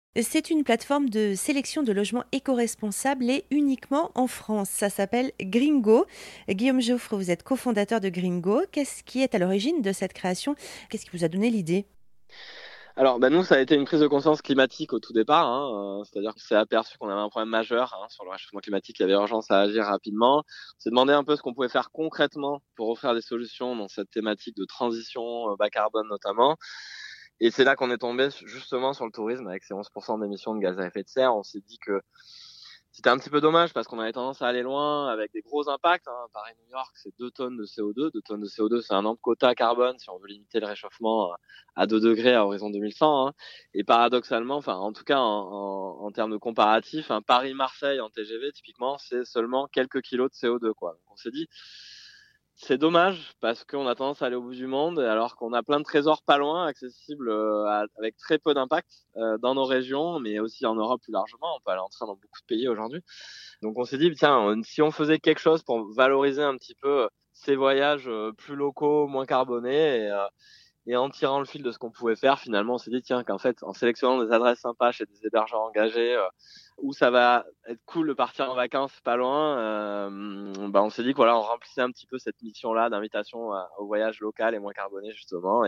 C'est une plateforme de sélection de logements éco-responsables et uniquement en France. Ça s'appelle Gringo. Guillaume Jouffre, vous êtes cofondateur de Gringo. Qu'est-ce qui est à l'origine de cette création? Qu'est-ce qui vous a donné l'idée? Alors, nous, ça a été une prise de conscience climatique au tout départ, hein, c'est-à-dire qu'on s'est aperçu qu'on avait un problème majeur sur le réchauffement climatique, il y avait urgence à agir rapidement. On s'est demandé un peu ce qu'on pouvait faire concrètement pour offrir des solutions dans cette thématique de transition bas carbone notamment. Et c'est là qu'on est tombé justement sur le tourisme avec ses 11% d'émissions de gaz à effet de serre. On s'est dit que c'était un petit peu dommage parce qu'on avait tendance à aller loin avec des gros impacts. Paris-New York, c'est 2 tonnes de CO2. 2 tonnes de CO2, c'est un an de quota carbone si on veut limiter le réchauffement à 2 degrés à horizon 2100. Et paradoxalement, en tout cas en termes de comparatif, Paris-Marseille en TGV, typiquement, c'est seulement quelques kilos de CO2, quoi. Donc on s'est dit, c'est dommage parce qu'on a tendance à aller au bout du monde alors qu'on a plein de trésors pas loin, accessibles avec très peu d'impact dans nos régions, mais aussi en Europe plus largement. On peut aller en train dans beaucoup de pays aujourd'hui. Donc on s'est dit, tiens, si on faisait quelque chose pour valoriser un petit peu ces voyages plus locaux, moins carbonés, et en tirant le fil de ce qu'on pouvait faire, finalement, on s'est dit, tiens, qu'en fait, en sélectionnant des adresses sympas chez des hébergeurs engagés, où ça va être cool de partir en vacances pas loin, on s'est dit que voilà, on remplissait un petit peu cette mission-là d'invitation au voyage local et moins carboné, justement.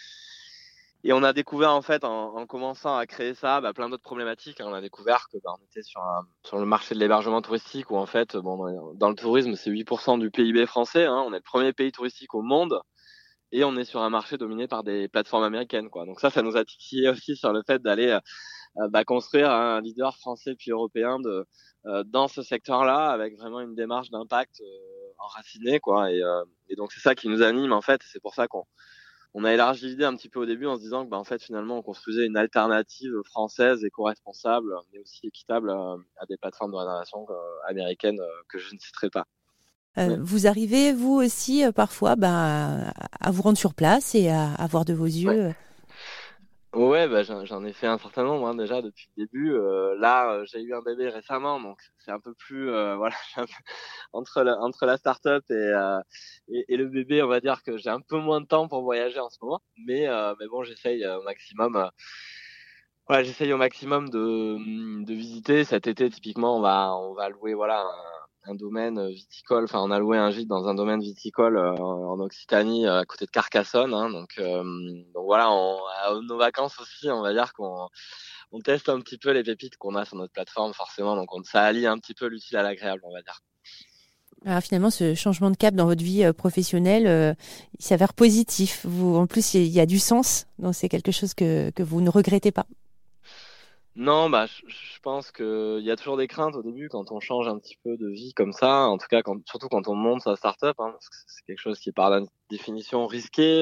Et on a découvert, en fait, en commençant à créer ça, plein d'autres problématiques. On a découvert que on était sur le marché de l'hébergement touristique où, en fait, dans le tourisme, c'est 8% du PIB français. On est le premier pays touristique au monde et on est sur un marché dominé par des plateformes américaines, quoi. Donc ça nous a titillé aussi sur le fait d'aller construire un leader français puis européen dans ce secteur-là avec vraiment une démarche d'impact enracinée, quoi. Et donc c'est ça qui nous anime, en fait. C'est pour ça qu'on a élargi l'idée un petit peu au début en se disant que en fait finalement on construisait une alternative française éco-responsable mais aussi équitable à des plateformes de réservation américaines que je ne citerai pas. Ouais. Vous arrivez, vous aussi, parfois, à vous rendre sur place et à voir de vos Ouais. yeux. Ouais, j'en ai fait un certain nombre déjà depuis le début. Là, j'ai eu un bébé récemment, donc c'est un peu plus voilà, j'ai un peu- entre la start-up et le bébé, on va dire que j'ai un peu moins de temps pour voyager en ce moment, mais bon, j'essaye au maximum. Ouais, j'essaye au maximum de visiter. Cet été, typiquement, on va louer voilà un domaine viticole. Enfin, on a loué un gîte dans un domaine viticole en Occitanie, à côté de Carcassonne. Donc voilà, à nos vacances aussi, on va dire qu'on teste un petit peu les pépites qu'on a sur notre plateforme, forcément. Donc ça allie un petit peu l'utile à l'agréable, on va dire. Alors finalement, ce changement de cap dans votre vie professionnelle, il s'avère positif. Vous, en plus, il y a du sens, donc c'est quelque chose que vous ne regrettez pas. Non, je pense qu'il y a toujours des craintes au début quand on change un petit peu de vie comme ça. En tout cas, surtout quand on monte sa start-up, parce que c'est quelque chose qui est par la définition risqué.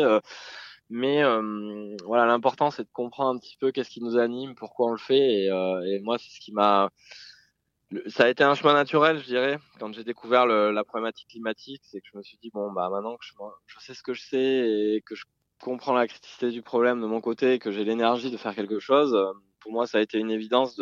Mais voilà, l'important c'est de comprendre un petit peu qu'est-ce qui nous anime, pourquoi on le fait. Et moi, c'est ce qui m'a. Ça a été un chemin naturel, je dirais, quand j'ai découvert la problématique climatique, c'est que je me suis dit bon maintenant que je sais ce que je sais et que je comprends la criticité du problème de mon côté, et que j'ai l'énergie de faire quelque chose. Pour moi, ça a été une évidence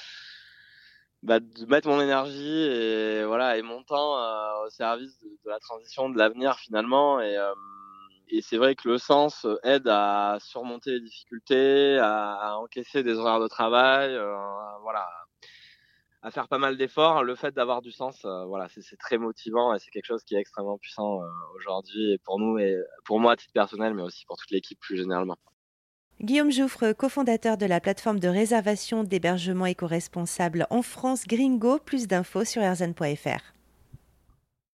de mettre mon énergie et voilà et mon temps au service de la transition, de l'avenir finalement. Et c'est vrai que le sens aide à surmonter les difficultés, à encaisser des horaires de travail, voilà, à faire pas mal d'efforts. Le fait d'avoir du sens, voilà, c'est très motivant et c'est quelque chose qui est extrêmement puissant aujourd'hui et pour nous et pour moi à titre personnel, mais aussi pour toute l'équipe plus généralement. Guillaume Jouffre, cofondateur de la plateforme de réservation d'hébergement éco-responsable en France Gringo. Plus d'infos sur erzan.fr.